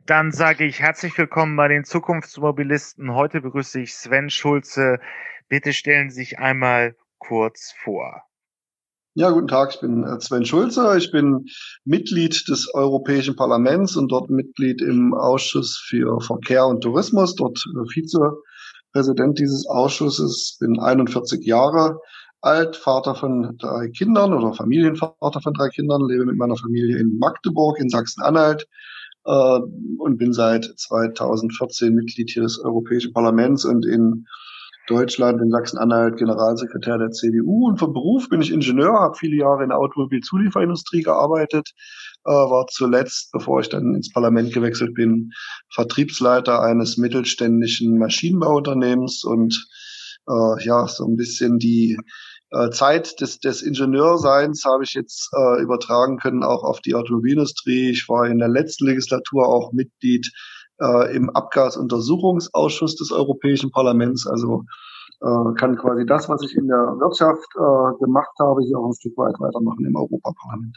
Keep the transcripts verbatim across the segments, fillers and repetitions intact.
Dann sage ich herzlich willkommen bei den Zukunftsmobilisten. Heute begrüße ich Sven Schulze. Bitte stellen Sie sich einmal kurz vor. Ja, guten Tag, ich bin äh, Sven Schulze. Ich bin Mitglied des Europäischen Parlaments und dort Mitglied im Ausschuss für Verkehr und Tourismus, dort äh, Vizepräsident dieses Ausschusses, bin einundvierzig Jahre alt, Vater von drei Kindern oder Familienvater von drei Kindern, lebe mit meiner Familie in Magdeburg in Sachsen-Anhalt äh, und bin seit zweitausendvierzehn Mitglied hier des Europäischen Parlaments und in Deutschland, in Sachsen-Anhalt Generalsekretär der C D U, und vom Beruf bin ich Ingenieur, habe viele Jahre in der Automobilzulieferindustrie gearbeitet, äh, war zuletzt, bevor ich dann ins Parlament gewechselt bin, Vertriebsleiter eines mittelständischen Maschinenbauunternehmens und äh, ja, so ein bisschen die äh, Zeit des, des Ingenieurseins habe ich jetzt äh, übertragen können auch auf die Automobilindustrie. Ich war in der letzten Legislatur auch Mitglied äh, im Abgasuntersuchungsausschuss des Europäischen Parlaments, also äh, kann quasi das, was ich in der Wirtschaft äh, gemacht habe, hier auch ein Stück weit weitermachen im Europaparlament.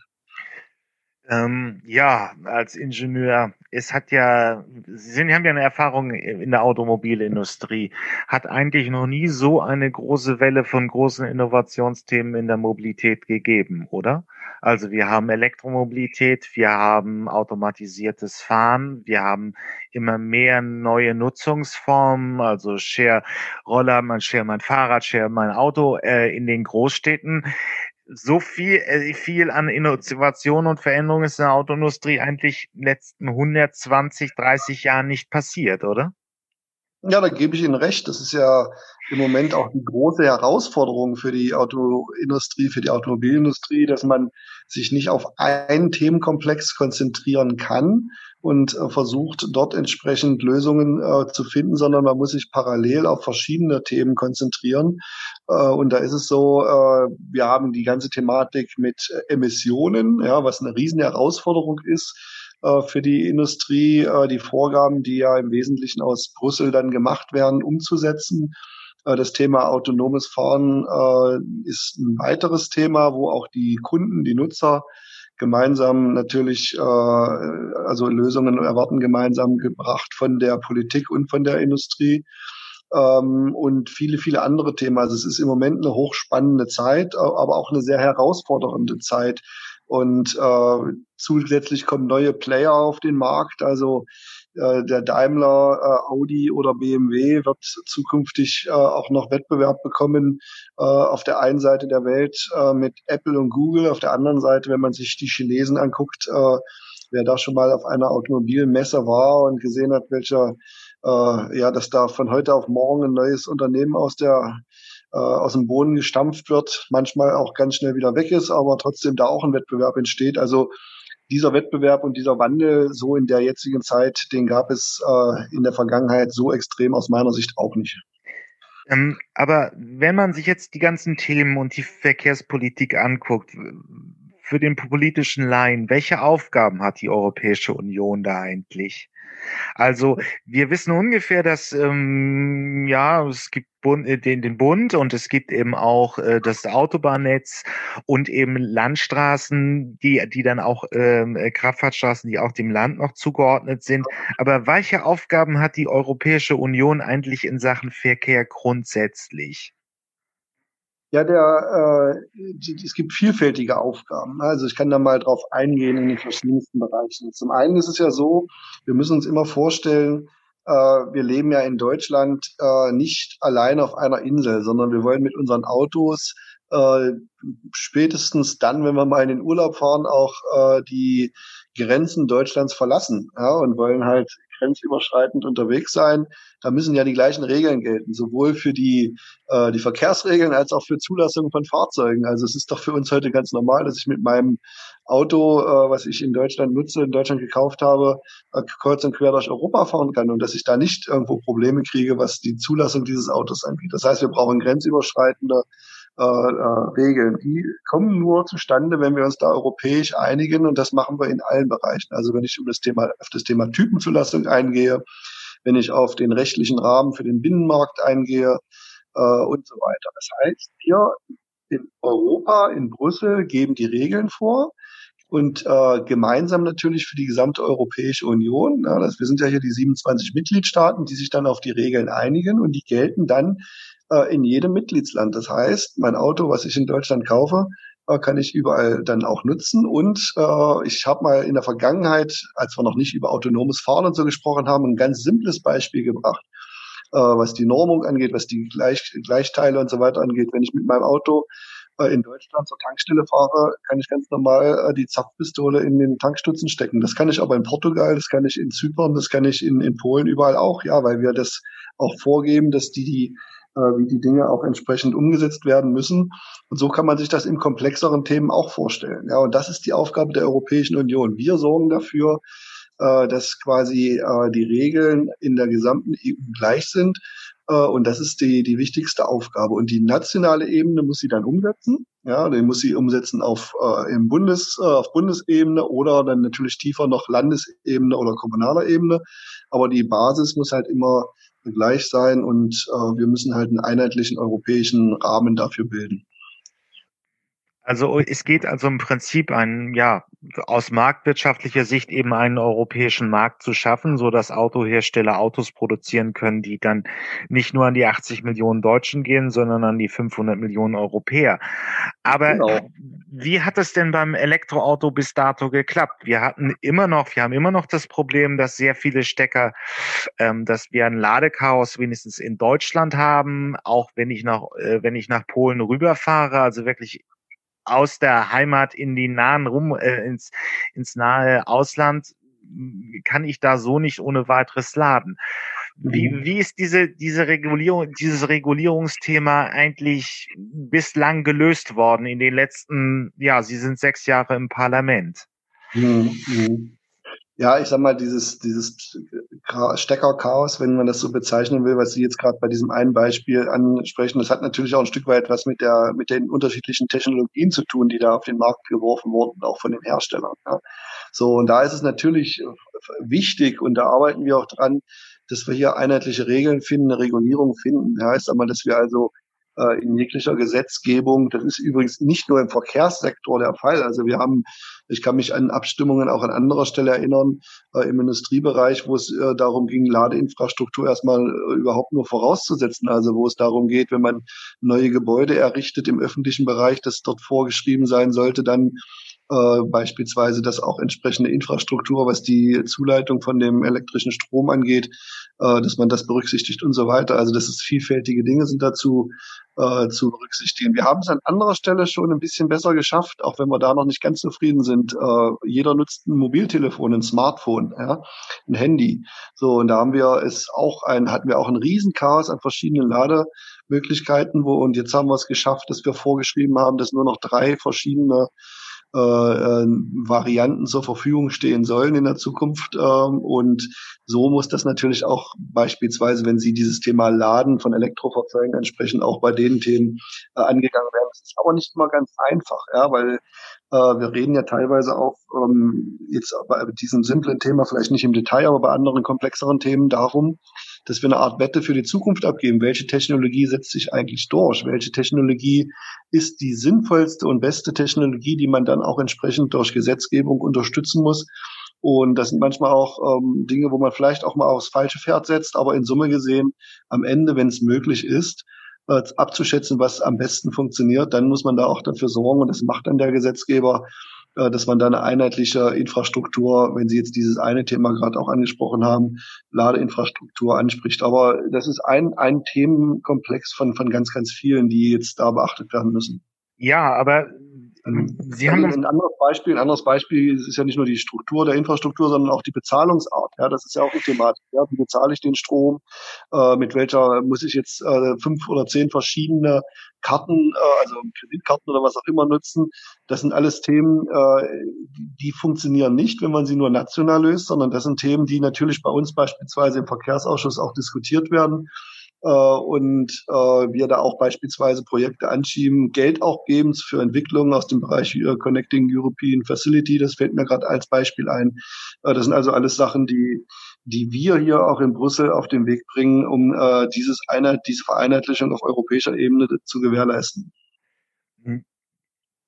Ähm, ja, als Ingenieur, es hat ja, Sie sind, haben ja eine Erfahrung in der Automobilindustrie, hat eigentlich noch nie so eine große Welle von großen Innovationsthemen in der Mobilität gegeben, oder? Also wir haben Elektromobilität, wir haben automatisiertes Fahren, wir haben immer mehr neue Nutzungsformen, also Share Roller, man Share mein Fahrrad, Share mein Auto äh, in den Großstädten. So viel, äh, viel an Innovation und Veränderung ist in der Autoindustrie eigentlich in den letzten hundertzwanzig, dreißig Jahren nicht passiert, oder? Ja, da gebe ich Ihnen recht. Das ist ja im Moment auch die große Herausforderung für die Autoindustrie, für die Automobilindustrie, dass man sich nicht auf einen Themenkomplex konzentrieren kann und äh, versucht, dort entsprechend Lösungen äh, zu finden, sondern man muss sich parallel auf verschiedene Themen konzentrieren. Äh, und da ist es so, äh, wir haben die ganze Thematik mit Emissionen, ja, was eine riesen Herausforderung ist äh, für die Industrie, äh, die Vorgaben, die ja im Wesentlichen aus Brüssel dann gemacht werden, umzusetzen. Äh, das Thema autonomes Fahren äh, ist ein weiteres Thema, wo auch die Kunden, die Nutzer gemeinsam natürlich, äh, also Lösungen erwarten, gemeinsam gebracht von der Politik und von der Industrie. Ähm, und viele, viele andere Themen. Also es ist im Moment eine hochspannende Zeit, aber auch eine sehr herausfordernde Zeit. Und äh, zusätzlich kommen neue Player auf den Markt. Also äh, der Daimler, äh, Audi oder B M W wird zukünftig äh, auch noch Wettbewerb bekommen äh, auf der einen Seite der Welt äh, mit Apple und Google. Auf der anderen Seite, wenn man sich die Chinesen anguckt, äh, wer da schon mal auf einer Automobilmesse war und gesehen hat, welcher äh, ja, dass da von heute auf morgen ein neues Unternehmen aus der äh, aus dem Boden gestampft wird, manchmal auch ganz schnell wieder weg ist, aber trotzdem da auch ein Wettbewerb entsteht. Also dieser Wettbewerb und dieser Wandel so in der jetzigen Zeit, den gab es äh, in der Vergangenheit so extrem aus meiner Sicht auch nicht. Ähm, aber wenn man sich jetzt die ganzen Themen und die Verkehrspolitik anguckt, für den politischen Laien, welche Aufgaben hat die Europäische Union da eigentlich? Also wir wissen ungefähr, dass ähm, ja es gibt Bund, äh, den, den Bund und es gibt eben auch äh, das Autobahnnetz und eben Landstraßen, die die dann auch ähm, äh, Kraftfahrtstraßen, die auch dem Land noch zugeordnet sind. Aber welche Aufgaben hat die Europäische Union eigentlich in Sachen Verkehr grundsätzlich? Ja, der, äh, die, es gibt vielfältige Aufgaben. Also ich kann da mal drauf eingehen in den verschiedensten Bereichen. Zum einen ist es ja so, wir müssen uns immer vorstellen, äh, wir leben ja in Deutschland äh, nicht allein auf einer Insel, sondern wir wollen mit unseren Autos äh, spätestens dann, wenn wir mal in den Urlaub fahren, auch äh, die Grenzen Deutschlands verlassen, ja, und wollen halt grenzüberschreitend unterwegs sein. Da müssen ja die gleichen Regeln gelten, sowohl für die äh, die Verkehrsregeln als auch für Zulassung von Fahrzeugen. Also es ist doch für uns heute ganz normal, dass ich mit meinem Auto, äh, was ich in Deutschland nutze, in Deutschland gekauft habe, äh, kreuz und quer durch Europa fahren kann und dass ich da nicht irgendwo Probleme kriege, was die Zulassung dieses Autos angeht. Das heißt, wir brauchen grenzüberschreitende äh, äh, Regeln. Die kommen nur zustande, wenn wir uns da europäisch einigen, und das machen wir in allen Bereichen. Also wenn ich um das Thema, auf das Thema Typenzulassung eingehe, wenn ich auf den rechtlichen Rahmen für den Binnenmarkt eingehe, äh, und so weiter. Das heißt, wir in Europa, in Brüssel, geben die Regeln vor und äh, gemeinsam natürlich für die gesamte Europäische Union. Ja, das, wir sind ja hier die siebenundzwanzig Mitgliedstaaten, die sich dann auf die Regeln einigen und die gelten dann äh, in jedem Mitgliedsland. Das heißt, mein Auto, was ich in Deutschland kaufe, äh, kann ich überall dann auch nutzen. Und äh, ich habe mal in der Vergangenheit, als wir noch nicht über autonomes Fahren und so gesprochen haben, ein ganz simples Beispiel gebracht, äh, was die Normung angeht, was die Gleich Gleichteile und so weiter angeht. Wenn ich mit meinem Auto äh, in Deutschland zur Tankstelle fahre, kann ich ganz normal äh, die Zapfpistole in den Tankstutzen stecken. Das kann ich aber in Portugal, das kann ich in Zypern, das kann ich in, in Polen überall auch, ja, weil wir das auch vorgeben, dass die, die äh, wie die Dinge auch entsprechend umgesetzt werden müssen. Und so kann man sich das in komplexeren Themen auch vorstellen. Ja, und das ist die Aufgabe der Europäischen Union. Wir sorgen dafür, äh, dass quasi äh, die Regeln in der gesamten E U gleich sind. Äh, und das ist die, die wichtigste Aufgabe. Und die nationale Ebene muss sie dann umsetzen. Ja, die muss sie umsetzen auf, äh, im Bundes, äh, auf Bundesebene oder dann natürlich tiefer noch Landesebene oder kommunaler Ebene. Aber die Basis muss halt immer gleich sein und äh, wir müssen halt einen einheitlichen europäischen Rahmen dafür bilden. Also es geht also im Prinzip einen, ja, aus marktwirtschaftlicher Sicht eben einen europäischen Markt zu schaffen, so dass Autohersteller Autos produzieren können, die dann nicht nur an die achtzig Millionen Deutschen gehen, sondern an die fünfhundert Millionen Europäer. Aber Genau. wie hat es denn beim Elektroauto bis dato geklappt? Wir hatten immer noch, wir haben immer noch das Problem, dass sehr viele Stecker, ähm, dass wir ein Ladechaos wenigstens in Deutschland haben, auch wenn ich nach, äh, wenn ich nach Polen rüberfahre, also wirklich aus der Heimat in die nahen rum, äh, ins, ins nahe Ausland, kann ich da so nicht ohne weiteres laden. Wie, Mhm. wie ist diese, diese Regulierung, dieses Regulierungsthema eigentlich bislang gelöst worden in den letzten, ja, Sie sind sechs Jahre im Parlament? Mhm. Mhm. Ja, ich sag mal, dieses, dieses Steckerchaos, wenn man das so bezeichnen will, was Sie jetzt gerade bei diesem einen Beispiel ansprechen, das hat natürlich auch ein Stück weit was mit der, mit den unterschiedlichen Technologien zu tun, die da auf den Markt geworfen wurden, auch von den Herstellern. Ja. So, und da ist es natürlich wichtig, und da arbeiten wir auch dran, dass wir hier einheitliche Regeln finden, eine Regulierung finden. Ja, ich sag mal, dass wir also äh, in jeglicher Gesetzgebung, das ist übrigens nicht nur im Verkehrssektor der Fall. Also wir haben, ich kann mich an Abstimmungen auch an anderer Stelle erinnern, äh, im Industriebereich, wo es äh, darum ging, Ladeinfrastruktur erstmal äh, überhaupt nur vorauszusetzen. Also wo es darum geht, wenn man neue Gebäude errichtet im öffentlichen Bereich, dass dort vorgeschrieben sein sollte, dann äh, beispielsweise, dass auch entsprechende Infrastruktur, was die Zuleitung von dem elektrischen Strom angeht, äh, dass man das berücksichtigt und so weiter. Also dass es vielfältige Dinge sind dazu äh, zu berücksichtigen. Wir haben es an anderer Stelle schon ein bisschen besser geschafft, auch wenn wir da noch nicht ganz zufrieden sind. Äh, jeder nutzt ein Mobiltelefon, ein Smartphone, ja, ein Handy. So, und da haben wir es auch ein, hatten wir auch ein Riesenchaos an verschiedenen Lademöglichkeiten, wo, und jetzt haben wir es geschafft, dass wir vorgeschrieben haben, dass nur noch drei verschiedene äh, äh, Varianten zur Verfügung stehen sollen in der Zukunft. Ähm, und so muss das natürlich auch beispielsweise, wenn Sie dieses Thema Laden von Elektrofahrzeugen entsprechend auch bei den Themen äh, angegangen werden. Das ist aber nicht immer ganz einfach, ja, weil äh, wir reden ja teilweise auch ähm, jetzt bei diesem simplen Thema vielleicht nicht im Detail, aber bei anderen komplexeren Themen darum, dass wir eine Art Wette für die Zukunft abgeben. Welche Technologie setzt sich eigentlich durch? Welche Technologie ist die sinnvollste und beste Technologie, die man dann auch entsprechend durch Gesetzgebung unterstützen muss? Und das sind manchmal auch ähm, Dinge, wo man vielleicht auch mal aufs falsche Pferd setzt, aber in Summe gesehen, am Ende, wenn es möglich ist, äh, abzuschätzen, was am besten funktioniert, dann muss man da auch dafür sorgen, und das macht dann der Gesetzgeber, äh, dass man da eine einheitliche Infrastruktur, wenn Sie jetzt dieses eine Thema gerade auch angesprochen haben, Ladeinfrastruktur anspricht. Aber das ist ein, ein Themenkomplex von, von ganz, ganz vielen, die jetzt da beachtet werden müssen. Ja, aber Ähm, Sie haben Also das, ein anderes Beispiel, ein anderes Beispiel ist ja nicht nur die Struktur der Infrastruktur, sondern auch die Bezahlungsart. Ja, das ist ja auch eine Thematik. Ja, wie bezahle ich den Strom? Äh, mit welcher muss ich jetzt äh, fünf oder zehn verschiedene Karten, äh, also Kreditkarten oder was auch immer nutzen? Das sind alles Themen, äh, die funktionieren nicht, wenn man sie nur national löst, sondern das sind Themen, die natürlich bei uns beispielsweise im Verkehrsausschuss auch diskutiert werden. Äh, und äh, wir da auch beispielsweise Projekte anschieben, Geld auch geben für Entwicklungen aus dem Bereich äh, Connecting European Facility. Das fällt mir gerade als Beispiel ein. Äh, das sind also alles Sachen, die die wir hier auch in Brüssel auf den Weg bringen, um äh, dieses Einheit, diese Vereinheitlichung auf europäischer Ebene zu gewährleisten.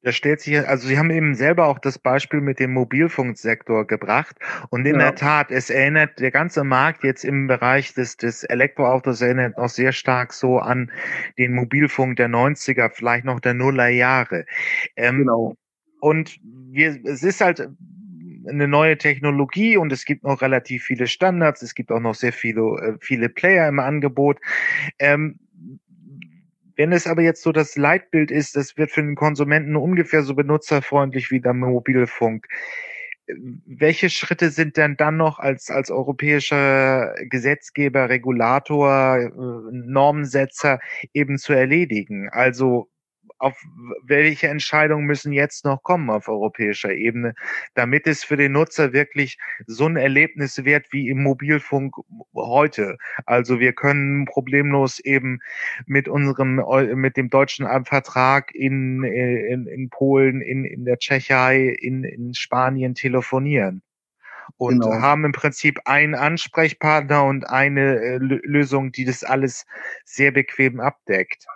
Da stellt sich, also Sie haben eben selber auch das Beispiel mit dem Mobilfunksektor gebracht. Und in der Ja, Tat, es erinnert, der ganze Markt jetzt im Bereich des, des Elektroautos erinnert noch sehr stark so an den Mobilfunk der Neunziger, vielleicht noch der Nullerjahre. Ähm, genau, und wir, es ist halt eine neue Technologie und es gibt noch relativ viele Standards. Es gibt auch noch sehr viele, äh, viele Player im Angebot. Ähm, Wenn es aber jetzt so das Leitbild ist, das wird für den Konsumenten ungefähr so benutzerfreundlich wie der Mobilfunk. Welche Schritte sind denn dann noch als, als europäischer Gesetzgeber, Regulator, äh, Normensetzer eben zu erledigen? Also auf welche Entscheidungen müssen jetzt noch kommen auf europäischer Ebene, damit es für den Nutzer wirklich so ein Erlebnis wird wie im Mobilfunk heute? Also wir können problemlos eben mit unserem, mit dem deutschen Vertrag in, in, in Polen, in, in der Tschechei, in, in Spanien telefonieren und genau. haben im Prinzip einen Ansprechpartner und eine äh, Lösung, die das alles sehr bequem abdeckt.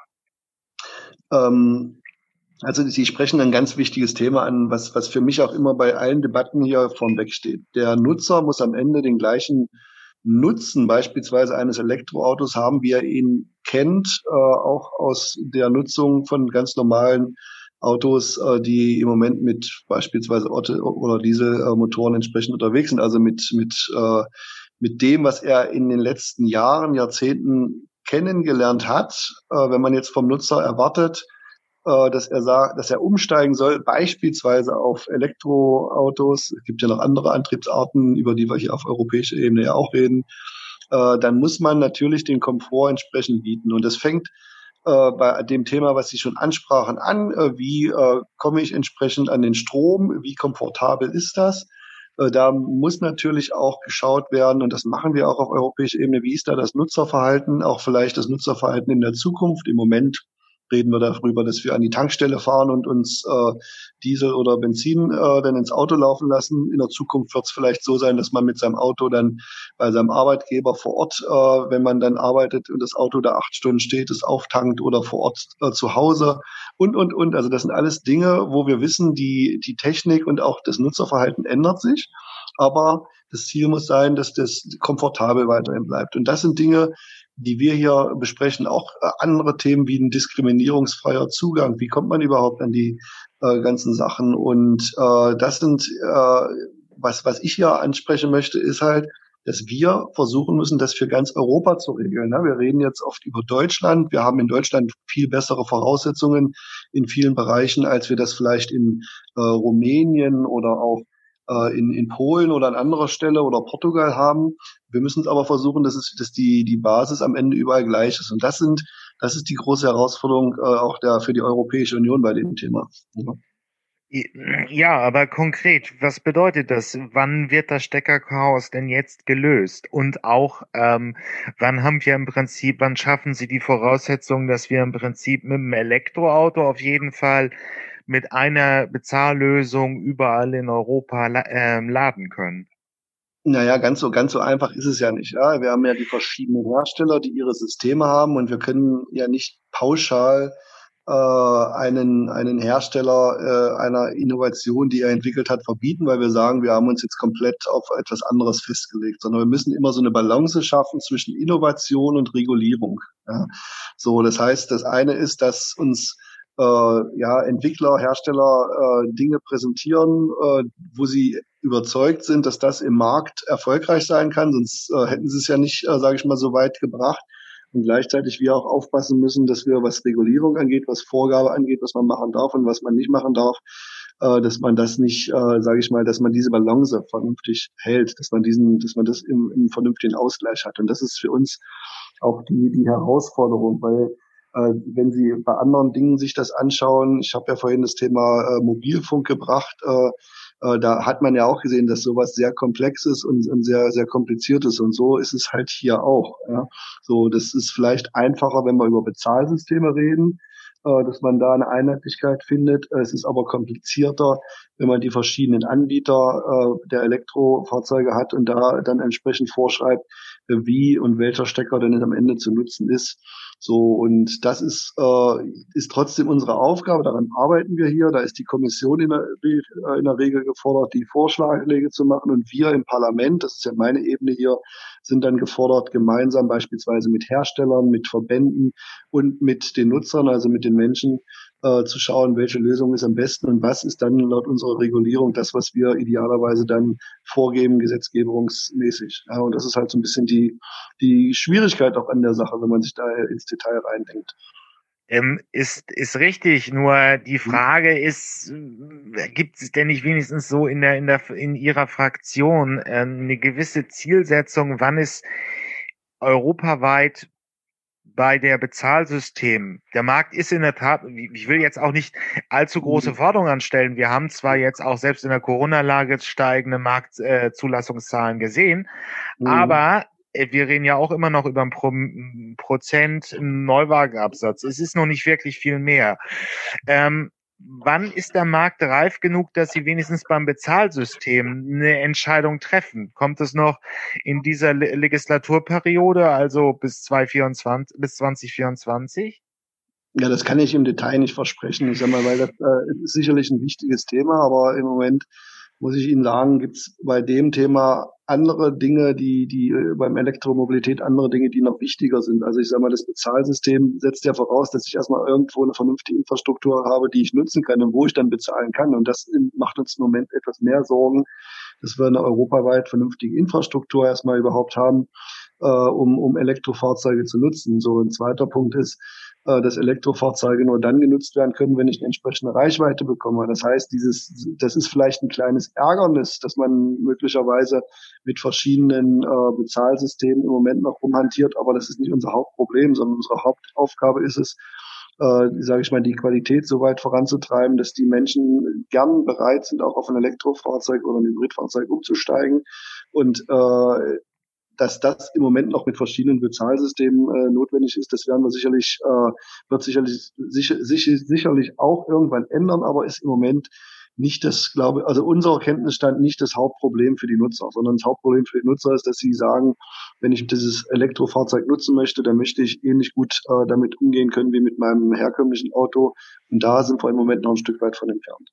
Ähm, also Sie sprechen ein ganz wichtiges Thema an, was, was für mich auch immer bei allen Debatten hier vornweg steht. Der Nutzer muss am Ende den gleichen Nutzen beispielsweise eines Elektroautos haben, wie er ihn kennt, äh, auch aus der Nutzung von ganz normalen Autos, äh, die im Moment mit beispielsweise Otto oder Dieselmotoren entsprechend unterwegs sind. Also mit, mit, äh, mit dem, was er in den letzten Jahren, Jahrzehnten kennengelernt hat, äh, wenn man jetzt vom Nutzer erwartet, äh, dass er sagt, dass er umsteigen soll, beispielsweise auf Elektroautos. Es gibt ja noch andere Antriebsarten, über die wir hier auf europäischer Ebene ja auch reden. Äh, dann muss man natürlich den Komfort entsprechend bieten. Und das fängt äh, bei dem Thema, was Sie schon ansprachen, an. Äh, wie äh, komme ich entsprechend an den Strom? Wie komfortabel ist das? Äh, Da muss natürlich auch geschaut werden, und das machen wir auch auf europäischer Ebene, wie ist da das Nutzerverhalten, auch vielleicht das Nutzerverhalten in der Zukunft. Im Moment reden wir darüber, dass wir an die Tankstelle fahren und uns äh, Diesel oder Benzin äh, dann ins Auto laufen lassen. In der Zukunft wird es vielleicht so sein, dass man mit seinem Auto dann bei seinem Arbeitgeber vor Ort, äh, wenn man dann arbeitet und das Auto da acht Stunden steht, es auftankt oder vor Ort äh, zu Hause und, und, und. Also das sind alles Dinge, wo wir wissen, die, die Technik und auch das Nutzerverhalten ändert sich. Aber das Ziel muss sein, dass das komfortabel weiterhin bleibt. Und das sind Dinge, die wir hier besprechen, auch äh, andere Themen wie ein diskriminierungsfreier Zugang. Wie kommt man überhaupt an die äh, ganzen Sachen? Und äh, das sind, äh, was, was ich hier ansprechen möchte, ist halt, dass wir versuchen müssen, das für ganz Europa zu regeln. Ne? Wir reden jetzt oft über Deutschland. Wir haben in Deutschland viel bessere Voraussetzungen in vielen Bereichen, als wir das vielleicht in äh, Rumänien oder auch äh, in, in Polen oder an anderer Stelle oder Portugal haben. Wir müssen aber versuchen, dass, es, dass die, die Basis am Ende überall gleich ist. Und das sind, das ist die große Herausforderung äh, auch der, für die Europäische Union bei dem Thema. Ja. Ja, aber konkret, was bedeutet das? Wann wird das Steckerchaos denn jetzt gelöst? Und auch, ähm, wann haben wir im Prinzip, wann schaffen Sie die Voraussetzungen, dass wir im Prinzip mit dem Elektroauto auf jeden Fall mit einer Bezahllösung überall in Europa la ähm, laden können? Naja, ganz so, ganz so einfach ist es ja nicht. Ja, wir haben ja die verschiedenen Hersteller, die ihre Systeme haben, und wir können ja nicht pauschal äh, einen, einen Hersteller äh, einer Innovation, die er entwickelt hat, verbieten, weil wir sagen, wir haben uns jetzt komplett auf etwas anderes festgelegt, sondern wir müssen immer so eine Balance schaffen zwischen Innovation und Regulierung. Ja. So, das heißt, das eine ist, dass uns äh, ja, Entwickler, Hersteller äh, Dinge präsentieren, äh, wo sie überzeugt sind, dass das im Markt erfolgreich sein kann, sonst äh, hätten sie es ja nicht, äh, sage ich mal, so weit gebracht. Und gleichzeitig wir auch aufpassen müssen, dass wir, was Regulierung angeht, was Vorgabe angeht, was man machen darf und was man nicht machen darf, äh, dass man das nicht, äh, sage ich mal, dass man diese Balance vernünftig hält, dass man diesen, dass man das im, im vernünftigen Ausgleich hat. Und das ist für uns auch die, die Herausforderung, weil äh, wenn Sie bei anderen Dingen sich das anschauen, ich habe ja vorhin das Thema äh, Mobilfunk gebracht, äh, äh, da hat man ja auch gesehen, dass sowas sehr komplex ist und, und sehr, sehr kompliziert ist. Und so ist es halt hier auch. Ja. So, das ist vielleicht einfacher, wenn wir über Bezahlsysteme reden. äh, dass man da eine Einheitlichkeit findet. Es ist aber komplizierter, wenn man die verschiedenen Anbieter äh, der Elektrofahrzeuge hat und da dann entsprechend vorschreibt, äh, wie und welcher Stecker denn am Ende zu nutzen ist. So, und das ist, äh, ist trotzdem unsere Aufgabe. Daran arbeiten wir hier. Da ist die Kommission in der, in der Regel gefordert, die Vorschläge zu machen. Und wir im Parlament, das ist ja meine Ebene hier, sind dann gefordert, gemeinsam beispielsweise mit Herstellern, mit Verbänden und mit den Nutzern, also mit den Menschen, äh, zu schauen, welche Lösung ist am besten und was ist dann laut unserer Regulierung das, was wir idealerweise dann vorgeben, gesetzgebungsmäßig. Ja, und das ist halt so ein bisschen die, die Schwierigkeit auch an der Sache, wenn man sich da ins Detail reindenkt. Ähm, ist, ist richtig, nur die Mhm. Frage ist, äh, gibt es denn nicht wenigstens so in der, in der, in Ihrer Fraktion äh, eine gewisse Zielsetzung, wann es europaweit bei der Bezahlsystem, der Markt ist in der Tat, ich will jetzt auch nicht allzu große Forderungen anstellen. Wir haben zwar jetzt auch selbst in der Corona-Lage steigende Marktzulassungszahlen äh, gesehen, Mhm. aber äh, wir reden ja auch immer noch über ein Pro Prozent Neuwagenabsatz. Es ist noch nicht wirklich viel mehr. Ähm, Wann ist der Markt reif genug, dass Sie wenigstens beim Bezahlsystem eine Entscheidung treffen? Kommt es noch in dieser Le Legislaturperiode, also bis zweitausendvierundzwanzig, bis zwanzig vierundzwanzig? Ja, das kann ich im Detail nicht versprechen. Ich sag mal, weil das äh, ist sicherlich ein wichtiges Thema, aber im Moment muss ich Ihnen sagen, gibt es bei dem Thema andere Dinge, die, die äh, beim Elektromobilität andere Dinge, die noch wichtiger sind. Also ich sage mal, das Bezahlsystem setzt ja voraus, dass ich erstmal irgendwo eine vernünftige Infrastruktur habe, die ich nutzen kann und wo ich dann bezahlen kann. Und das macht uns im Moment etwas mehr Sorgen, dass wir eine europaweit vernünftige Infrastruktur erstmal überhaupt haben, äh, um, um Elektrofahrzeuge zu nutzen. So ein zweiter Punkt ist, äh, dass Elektrofahrzeuge nur dann genutzt werden können, wenn ich eine entsprechende Reichweite bekomme. Das heißt, dieses, das ist vielleicht ein kleines Ärgernis, dass man möglicherweise mit verschiedenen äh, Bezahlsystemen im Moment noch rumhantiert, aber das ist nicht unser Hauptproblem, sondern unsere Hauptaufgabe ist es, äh, sage ich mal, die Qualität so weit voranzutreiben, dass die Menschen gern bereit sind, auch auf ein Elektrofahrzeug oder ein Hybridfahrzeug umzusteigen und äh, dass das im Moment noch mit verschiedenen Bezahlsystemen äh, notwendig ist, das werden wir sicherlich, äh, wird sicherlich, sicher, sicher, sicherlich auch irgendwann ändern, aber ist im Moment nicht das, glaube also unser Kenntnisstand nicht das Hauptproblem für die Nutzer, sondern das Hauptproblem für die Nutzer ist, dass sie sagen, wenn ich dieses Elektrofahrzeug nutzen möchte, dann möchte ich ähnlich gut äh, damit umgehen können wie mit meinem herkömmlichen Auto. Und da sind wir im Moment noch ein Stück weit von entfernt.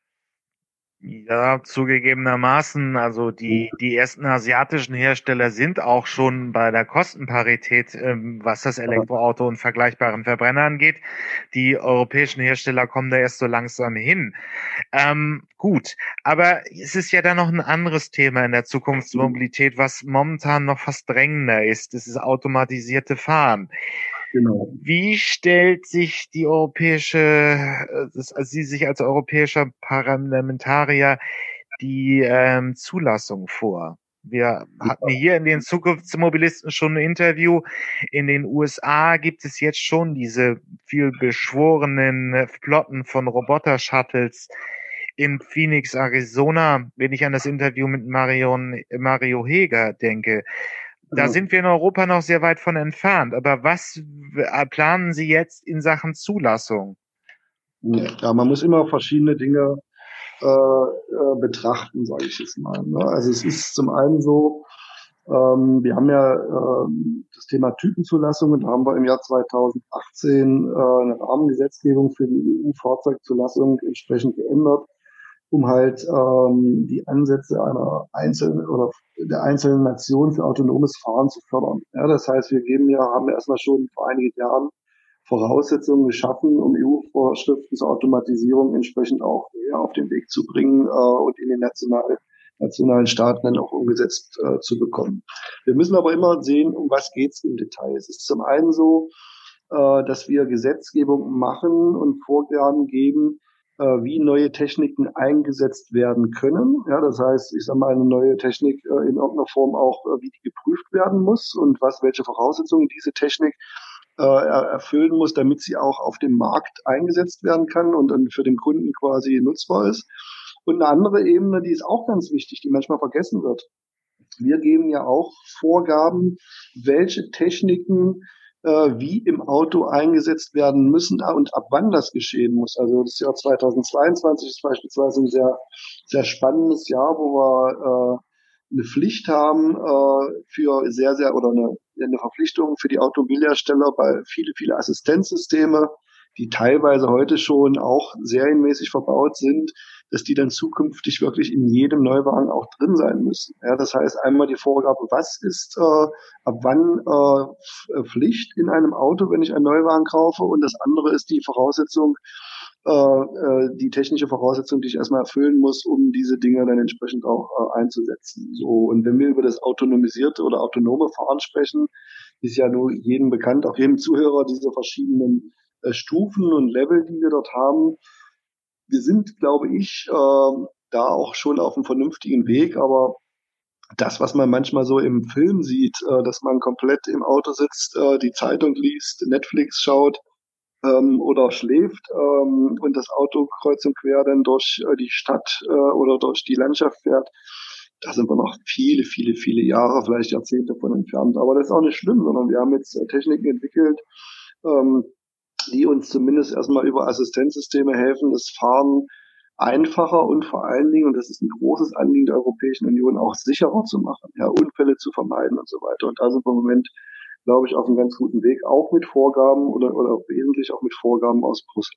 Ja, zugegebenermaßen, also die, die ersten asiatischen Hersteller sind auch schon bei der Kostenparität, ähm, was das Elektroauto und vergleichbaren Verbrenner angeht. Die europäischen Hersteller kommen da erst so langsam hin. Ähm, gut, aber es ist ja dann noch ein anderes Thema in der Zukunftsmobilität, was momentan noch fast drängender ist. Das ist automatisierte Fahren. Genau. Wie stellt sich die europäische, äh, das, also Sie sich als europäischer Parlamentarier die ähm, Zulassung vor? Wir hatten hier in den Zukunftsmobilisten schon ein Interview. In den U S A gibt es jetzt schon diese viel beschworenen äh, Flotten von Roboter-Shuttles. In Phoenix, Arizona, wenn ich an das Interview mit Marion, Mario Heger denke, da Ja. sind wir in Europa noch sehr weit von entfernt. Aber was w- planen Sie jetzt in Sachen Zulassung? Ja, man muss immer verschiedene Dinge äh, äh, betrachten, sage ich jetzt mal. Ne? Also es ist zum einen so, ähm, wir haben ja ähm, das Thema Typenzulassung und da haben wir im Jahr zweitausendachtzehn äh, eine Rahmengesetzgebung für die E U-Fahrzeugzulassung entsprechend geändert, um halt ähm, die Ansätze einer einzelnen oder der einzelnen Nation für autonomes Fahren zu fördern. Ja, das heißt, wir geben ja, haben erstmal schon vor einigen Jahren Voraussetzungen geschaffen, um E U-Vorschriften zur Automatisierung entsprechend auch ja, auf den Weg zu bringen äh, und in den nationalen nationalen Staaten dann auch umgesetzt äh, zu bekommen. Wir müssen aber immer sehen, um was geht es im Detail. Es ist zum einen so, äh, dass wir Gesetzgebung machen und Vorgaben geben, äh, wie neue Techniken eingesetzt werden können. Ja, das heißt, ich sage mal, eine neue Technik äh, in irgendeiner Form auch, äh, wie die geprüft werden muss und was, welche Voraussetzungen diese Technik äh, erfüllen muss, damit sie auch auf dem Markt eingesetzt werden kann und dann für den Kunden quasi nutzbar ist. Und eine andere Ebene, die ist auch ganz wichtig, die manchmal vergessen wird. Wir geben ja auch Vorgaben, welche Techniken äh, wie im Auto eingesetzt werden müssen und ab wann das geschehen muss. Also das Jahr zweitausendzweiundzwanzig ist beispielsweise ein sehr, sehr spannendes Jahr, wo wir äh, eine Pflicht haben äh, für sehr, sehr oder eine, eine Verpflichtung für die Automobilhersteller bei viele, viele Assistenzsysteme, die teilweise heute schon auch serienmäßig verbaut sind, dass die dann zukünftig wirklich in jedem Neuwagen auch drin sein müssen. Ja, das heißt einmal die Vorgabe, was ist äh, ab wann äh, Pflicht in einem Auto, wenn ich einen Neuwagen kaufe, und das andere ist die Voraussetzung, äh, äh, die technische Voraussetzung, die ich erstmal erfüllen muss, um diese Dinge dann entsprechend auch äh, einzusetzen. So, und wenn wir über das autonomisierte oder autonome Fahren sprechen, ist ja nur jedem bekannt, auch jedem Zuhörer, diese verschiedenen äh, Stufen und Level, die wir dort haben. Wir sind, glaube ich, äh, da auch schon auf einem vernünftigen Weg, aber das, was man manchmal so im Film sieht, äh, dass man komplett im Auto sitzt, äh, die Zeitung liest, Netflix schaut ähm, oder schläft ähm, und das Auto kreuz und quer dann durch äh, die Stadt äh, oder durch die Landschaft fährt, da sind wir noch viele, viele, viele Jahre, vielleicht Jahrzehnte von entfernt. Aber das ist auch nicht schlimm, sondern wir haben jetzt äh, Techniken entwickelt, ähm, die uns zumindest erstmal über Assistenzsysteme helfen, das Fahren einfacher und vor allen Dingen, und das ist ein großes Anliegen der Europäischen Union, auch sicherer zu machen, ja, Unfälle zu vermeiden und so weiter. Und da sind wir im Moment, glaube ich, auf einem ganz guten Weg, auch mit Vorgaben oder, oder wesentlich auch mit Vorgaben aus Brüssel.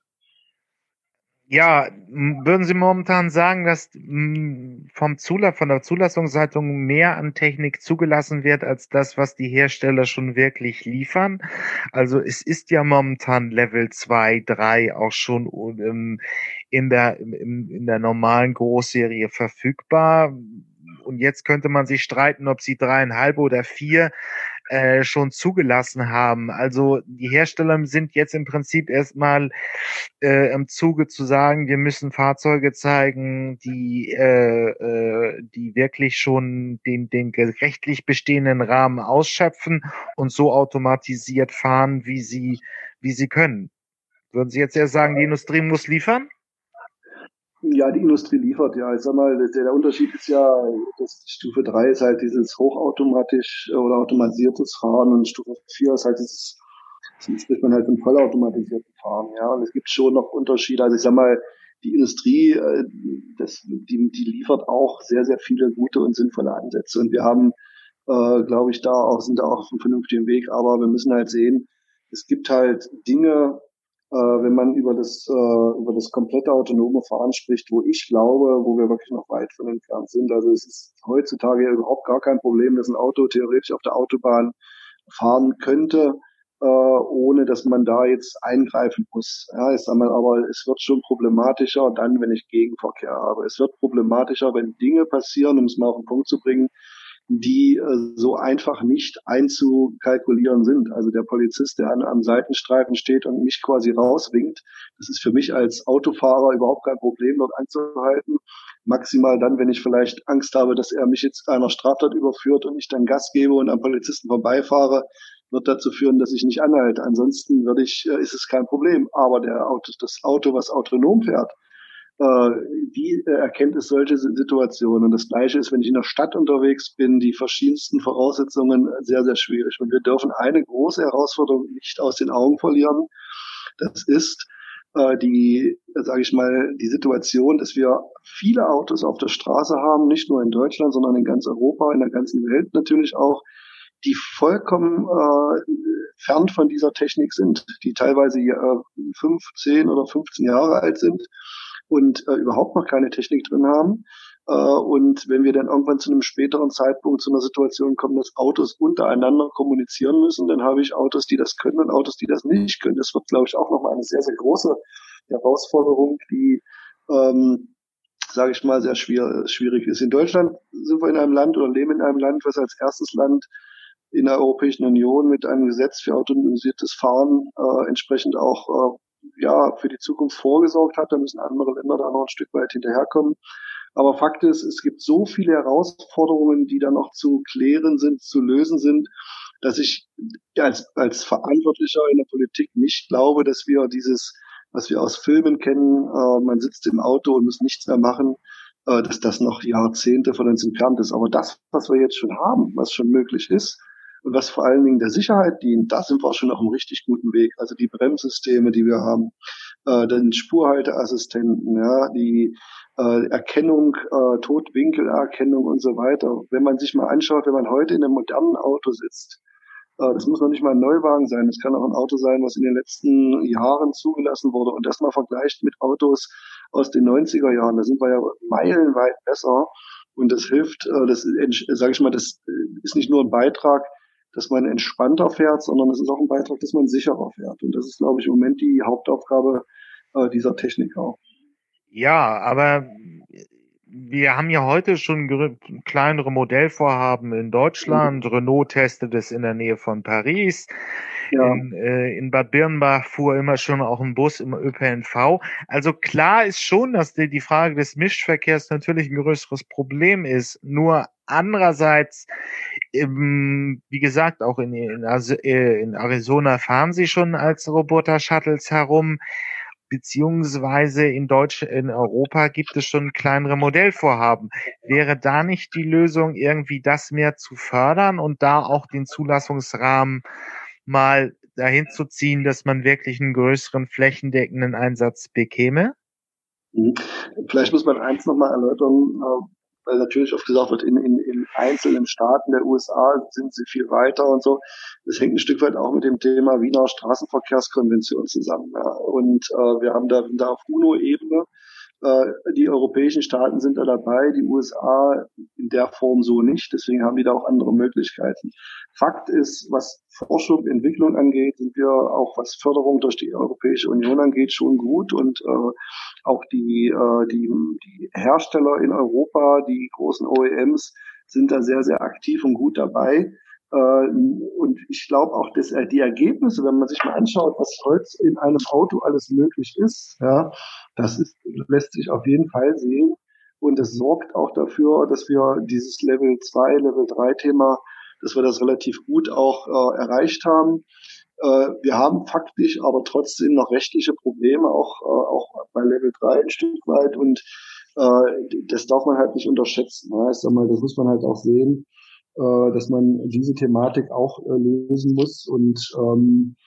Ja, m- würden Sie momentan sagen, dass m, vom Zula von der Zulassungsseite mehr an Technik zugelassen wird als das, was die Hersteller schon wirklich liefern? Also es ist ja momentan Level zwei, drei auch schon ähm, in der im, in der normalen Großserie verfügbar. Und jetzt könnte man sich streiten, ob sie dreieinhalb oder vier äh, schon zugelassen haben. Also die Hersteller sind jetzt im Prinzip erstmal äh, im Zuge zu sagen, wir müssen Fahrzeuge zeigen, die äh, äh, die wirklich schon den den rechtlich bestehenden Rahmen ausschöpfen und so automatisiert fahren, wie sie wie sie können. Würden Sie jetzt eher sagen, die Industrie muss liefern? Ja, die Industrie liefert, ja. Ich sag mal, der, der Unterschied ist ja, dass Stufe drei ist halt dieses hochautomatisch äh, oder automatisiertes Fahren und Stufe vier ist halt dieses, das spricht man halt von vollautomatisierten Fahren, ja. Und es gibt schon noch Unterschiede. Also ich sag mal, die Industrie, äh, das, die, die liefert auch sehr, sehr viele gute und sinnvolle Ansätze. Und wir haben, äh, glaube ich, da auch, sind da auch auf einem vernünftigen Weg. Aber wir müssen halt sehen, es gibt halt Dinge, äh, wenn man über das, äh, über das komplette autonome Fahren spricht, wo ich glaube, wo wir wirklich noch weit von entfernt sind. Also es ist heutzutage ja überhaupt gar kein Problem, dass ein Auto theoretisch auf der Autobahn fahren könnte, äh, ohne dass man da jetzt eingreifen muss. Ja, ich sag mal, aber es wird schon problematischer dann, wenn ich Gegenverkehr habe. Es wird problematischer, wenn Dinge passieren, um es mal auf den Punkt zu bringen, die äh, so einfach nicht einzukalkulieren sind. Also der Polizist, der an, am Seitenstreifen steht und mich quasi rauswinkt, das ist für mich als Autofahrer überhaupt kein Problem, dort anzuhalten. Maximal dann, wenn ich vielleicht Angst habe, dass er mich jetzt einer Straftat überführt und ich dann Gas gebe und am Polizisten vorbeifahre, wird dazu führen, dass ich nicht anhalte. Ansonsten würde ich, äh, ist es kein Problem. Aber der Auto, das Auto, was autonom fährt, äh, wie äh, erkennt es solche Situationen? Und das Gleiche ist, wenn ich in der Stadt unterwegs bin, die verschiedensten Voraussetzungen sehr, sehr schwierig. Und wir dürfen eine große Herausforderung nicht aus den Augen verlieren. Das ist äh, die, sage ich mal, die Situation, dass wir viele Autos auf der Straße haben, nicht nur in Deutschland, sondern in ganz Europa, in der ganzen Welt natürlich auch, die vollkommen äh, fern von dieser Technik sind, die teilweise äh, fünf, zehn oder fünfzehn Jahre alt sind und äh, überhaupt noch keine Technik drin haben. Äh, und wenn wir dann irgendwann zu einem späteren Zeitpunkt zu einer Situation kommen, dass Autos untereinander kommunizieren müssen, dann habe ich Autos, die das können und Autos, die das nicht können. Das wird, glaube ich, auch nochmal eine sehr, sehr große Herausforderung, die, ähm, sage ich mal, sehr schwierig, schwierig ist. In Deutschland sind wir in einem Land oder leben in einem Land, was als erstes Land in der Europäischen Union mit einem Gesetz für autonomisiertes Fahren äh, entsprechend auch äh, ja für die Zukunft vorgesorgt hat. Da müssen andere Länder da noch ein Stück weit hinterherkommen. Aber Fakt ist, es gibt so viele Herausforderungen, die da noch zu klären sind, zu lösen sind, dass ich als, als Verantwortlicher in der Politik nicht glaube, dass wir dieses, was wir aus Filmen kennen, äh, man sitzt im Auto und muss nichts mehr machen, äh, dass das noch Jahrzehnte von uns entfernt ist. Aber das, was wir jetzt schon haben, was schon möglich ist, und was vor allen Dingen der Sicherheit dient, da sind wir schon auf einem richtig guten Weg. Also die Bremssysteme, die wir haben, äh, den Spurhalteassistenten, ja, die äh, Erkennung, äh, Totwinkelerkennung und so weiter. Wenn man sich mal anschaut, wenn man heute in einem modernen Auto sitzt, äh, das muss noch nicht mal ein Neuwagen sein, das kann auch ein Auto sein, was in den letzten Jahren zugelassen wurde und das mal vergleicht mit Autos aus den neunziger Jahren, da sind wir ja meilenweit besser und das hilft, äh, das sage ich mal, das ist nicht nur ein Beitrag, dass man entspannter fährt, sondern es ist auch ein Beitrag, dass man sicherer fährt. Und das ist, glaube ich, im Moment die Hauptaufgabe äh, dieser Technik auch. Ja, aber wir haben ja heute schon grö- kleinere Modellvorhaben in Deutschland. Renault testet es in der Nähe von Paris. Ja. In, äh, in Bad Birnbach fuhr immer schon auch ein Bus im Ö P N V. Also klar ist schon, dass die, die Frage des Mischverkehrs natürlich ein größeres Problem ist. Nur andererseits, ähm, wie gesagt, auch in, in, As- äh, in Arizona fahren sie schon als Roboter-Shuttles herum. Beziehungsweise in Deutsch, in Europa gibt es schon kleinere Modellvorhaben. Wäre da nicht die Lösung, irgendwie das mehr zu fördern und da auch den Zulassungsrahmen mal dahin zu ziehen, dass man wirklich einen größeren flächendeckenden Einsatz bekäme? Mhm. Vielleicht muss man eins nochmal erläutern, äh, weil natürlich oft gesagt wird, in, in, in einzelnen Staaten der U S A sind sie viel weiter und so. Das hängt ein Stück weit auch mit dem Thema Wiener Straßenverkehrskonvention zusammen. Ja. Und äh, wir haben da, da auf UNO-Ebene, äh, die europäischen Staaten sind da dabei, die U S A in der Form so nicht. Deswegen haben die da auch andere Möglichkeiten. Fakt ist, was Forschung, Entwicklung angeht, sind wir auch, was Förderung durch die Europäische Union angeht, schon gut. Und äh, auch die, äh, die, die Hersteller in Europa, die großen O E Ms, sind da sehr, sehr aktiv und gut dabei. Äh, und ich glaube auch, dass äh, die Ergebnisse, wenn man sich mal anschaut, was heute in einem Auto alles möglich ist, ja, das ist, lässt sich auf jeden Fall sehen. Und es sorgt auch dafür, dass wir dieses Level zwei, Level drei Thema, dass wir das relativ gut auch äh, erreicht haben. Äh, wir haben faktisch aber trotzdem noch rechtliche Probleme, auch, äh, auch bei Level drei ein Stück weit. Und äh, das darf man halt nicht unterschätzen. Ja. Ich sag mal, das muss man halt auch sehen, äh, dass man diese Thematik auch äh, lösen muss. Und ähm,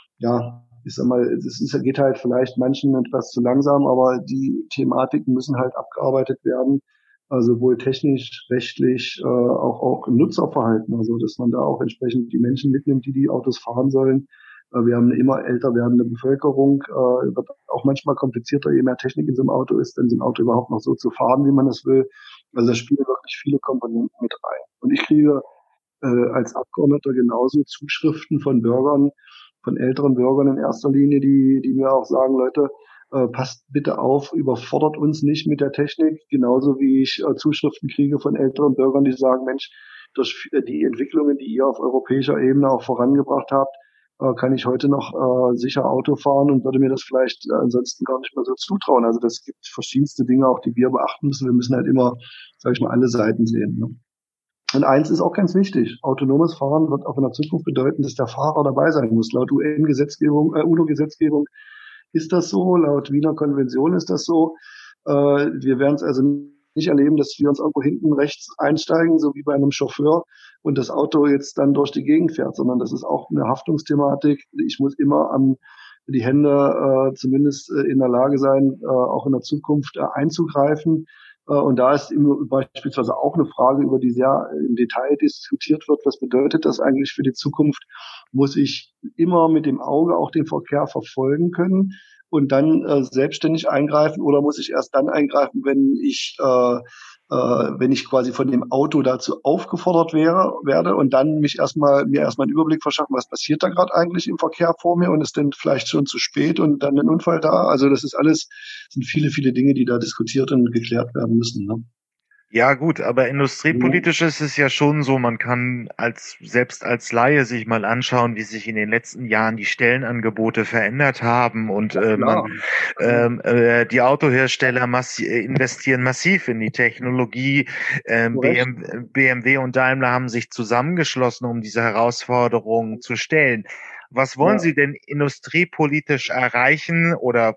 ja, ich sag mal, es ist, geht halt vielleicht manchen etwas zu langsam, aber die Thematiken müssen halt abgearbeitet werden. Also sowohl technisch, rechtlich, äh, auch, auch im Nutzerverhalten. Also, dass man da auch entsprechend die Menschen mitnimmt, die die Autos fahren sollen. Äh, wir haben eine immer älter werdende Bevölkerung, äh, wird auch manchmal komplizierter, je mehr Technik in so einem Auto ist, denn so ein Auto überhaupt noch so zu fahren, wie man es will. Also da spielen wirklich viele Komponenten mit rein. Und ich kriege äh, als Abgeordneter genauso Zuschriften von Bürgern, von älteren Bürgern in erster Linie, die, die mir auch sagen, Leute, äh, passt bitte auf, überfordert uns nicht mit der Technik, genauso wie ich äh, Zuschriften kriege von älteren Bürgern, die sagen, Mensch, durch die Entwicklungen, die ihr auf europäischer Ebene auch vorangebracht habt, äh, kann ich heute noch äh, sicher Auto fahren und würde mir das vielleicht äh, ansonsten gar nicht mehr so zutrauen. Also das gibt verschiedenste Dinge auch, die wir beachten müssen. Wir müssen halt immer, sage ich mal, alle Seiten sehen. Ne? Und eins ist auch ganz wichtig. Autonomes Fahren wird auch in der Zukunft bedeuten, dass der Fahrer dabei sein muss. Laut U N-Gesetzgebung, äh, UNO-Gesetzgebung ist das so. Laut Wiener Konvention ist das so. Äh, wir werden es also nicht erleben, dass wir uns irgendwo hinten rechts einsteigen, so wie bei einem Chauffeur, und das Auto jetzt dann durch die Gegend fährt, sondern das ist auch eine Haftungsthematik. Ich muss immer am die Hände äh, zumindest äh, in der Lage sein, äh, auch in der Zukunft äh, einzugreifen. Äh, Und da ist im- beispielsweise auch eine Frage, über die sehr im Detail diskutiert wird. Was bedeutet das eigentlich für die Zukunft? Muss ich immer mit dem Auge auch den Verkehr verfolgen können und dann äh, selbstständig eingreifen oder muss ich erst dann eingreifen, wenn ich äh, äh, wenn ich quasi von dem Auto dazu aufgefordert wäre, werde und dann mich erstmal, mir erstmal einen Überblick verschaffen, was passiert da gerade eigentlich im Verkehr vor mir und ist denn vielleicht schon zu spät und dann ein Unfall da? Also das ist alles, sind viele, viele Dinge, die da diskutiert und geklärt werden müssen. Ne? Ja, gut, aber Mhm. industriepolitisch ist es ja schon so, man kann als, selbst als Laie sich mal anschauen, wie sich in den letzten Jahren die Stellenangebote verändert haben und Ja, äh, man, klar. Ja, ähm, äh, die Autohersteller massi äh, investieren massiv in die Technologie. Ähm, zu Recht. B M, B M W und Daimler haben sich zusammengeschlossen, um diese Herausforderungen zu stellen. Was wollen Ja. Sie denn industriepolitisch erreichen oder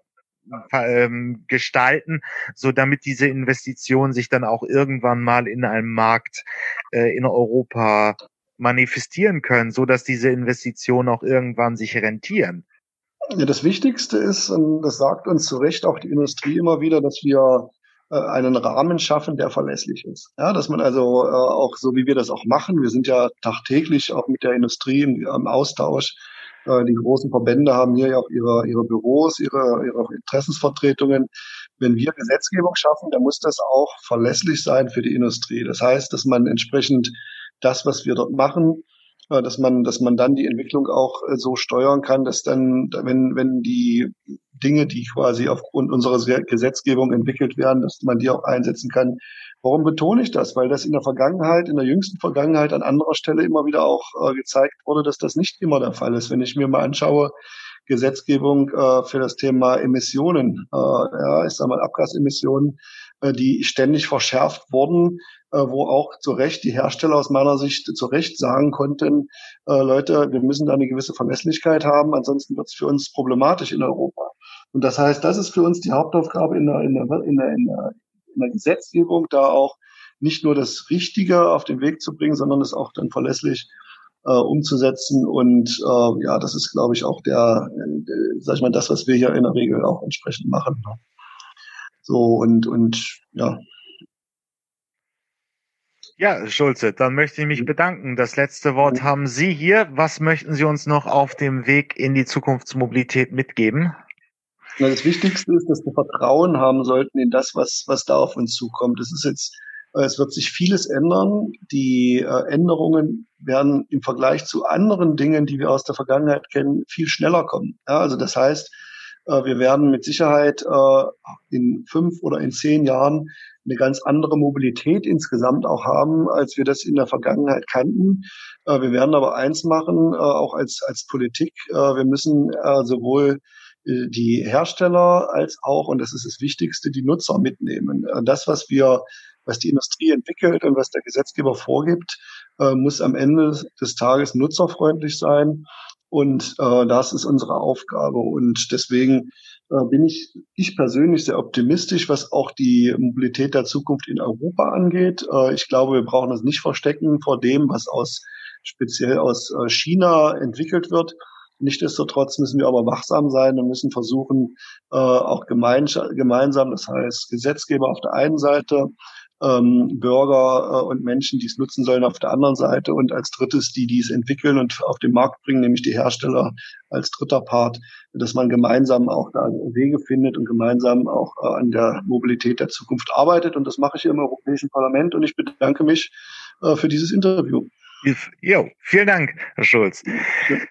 ähm, gestalten, so damit diese Investition sich dann auch irgendwann mal in einem Markt äh, in Europa manifestieren können, so dass diese Investitionen auch irgendwann sich rentieren? Ja, das Wichtigste ist, und das sagt uns zu Recht auch die Industrie immer wieder, dass wir äh, einen Rahmen schaffen, der verlässlich ist. Ja, dass man also äh, auch so, wie wir das auch machen, wir sind ja tagtäglich auch mit der Industrie im, im Austausch. Äh, die großen Verbände haben hier ja auch ihre, ihre Büros, ihre, ihre Interessensvertretungen. Wenn wir Gesetzgebung schaffen, dann muss das auch verlässlich sein für die Industrie. Das heißt, dass man entsprechend das, was wir dort machen, äh, dass man, dass man dann die Entwicklung auch äh, so steuern kann, dass dann, wenn, wenn die Dinge, die quasi aufgrund unserer Gesetzgebung entwickelt werden, dass man die auch einsetzen kann. Warum betone ich das? Weil das in der Vergangenheit, in der jüngsten Vergangenheit an anderer Stelle immer wieder auch äh, gezeigt wurde, dass das nicht immer der Fall ist. Wenn ich mir mal anschaue, Gesetzgebung äh, für das Thema Emissionen, äh, ja, ich sage mal Abgasemissionen, äh, die ständig verschärft wurden, äh, wo auch zu Recht die Hersteller aus meiner Sicht zu Recht sagen konnten, äh, Leute, wir müssen da eine gewisse Verlässlichkeit haben, ansonsten wird es für uns problematisch in Europa. Und das heißt, das ist für uns die Hauptaufgabe in der, in der, in der, in der, in der Gesetzgebung, da auch nicht nur das Richtige auf den Weg zu bringen, sondern es auch dann verlässlich äh, umzusetzen. Und äh, ja, das ist, glaube ich, auch der, äh, sag ich mal, das, was wir hier in der Regel auch entsprechend machen. So und und ja. Ja, Schulze, dann möchte ich mich bedanken. Das letzte Wort haben Sie hier. Was möchten Sie uns noch auf dem Weg in die Zukunftsmobilität mitgeben? Na, das Wichtigste ist, dass wir Vertrauen haben sollten in das, was, was da auf uns zukommt. Es ist jetzt, äh, es wird sich vieles ändern. Die äh, Änderungen werden im Vergleich zu anderen Dingen, die wir aus der Vergangenheit kennen, viel schneller kommen. Ja, also das heißt, äh, wir werden mit Sicherheit äh, in fünf oder in zehn Jahren eine ganz andere Mobilität insgesamt auch haben, als wir das in der Vergangenheit kannten. Äh, wir werden aber eins machen, äh, auch als, als Politik. Äh, wir müssen äh, sowohl die Hersteller als auch, und das ist das Wichtigste, die Nutzer mitnehmen. Das, was wir, was die Industrie entwickelt und was der Gesetzgeber vorgibt, muss am Ende des Tages nutzerfreundlich sein. Und äh, das ist unsere Aufgabe. Und deswegen äh, bin ich, ich persönlich sehr optimistisch, was auch die Mobilität der Zukunft in Europa angeht. Äh, ich glaube, wir brauchen uns nicht verstecken vor dem, was aus speziell aus äh, China entwickelt wird. Nichtsdestotrotz müssen wir aber wachsam sein und müssen versuchen, äh, auch gemeinsam, das heißt Gesetzgeber auf der einen Seite, ähm, Bürger äh, und Menschen, die es nutzen sollen, auf der anderen Seite und als drittes die, die es entwickeln und auf den Markt bringen, nämlich die Hersteller als dritter Part, dass man gemeinsam auch da Wege findet und gemeinsam auch äh, an der Mobilität der Zukunft arbeitet. Und das mache ich hier im Europäischen Parlament und ich bedanke mich äh, für dieses Interview. Jo, vielen Dank, Herr Schulz.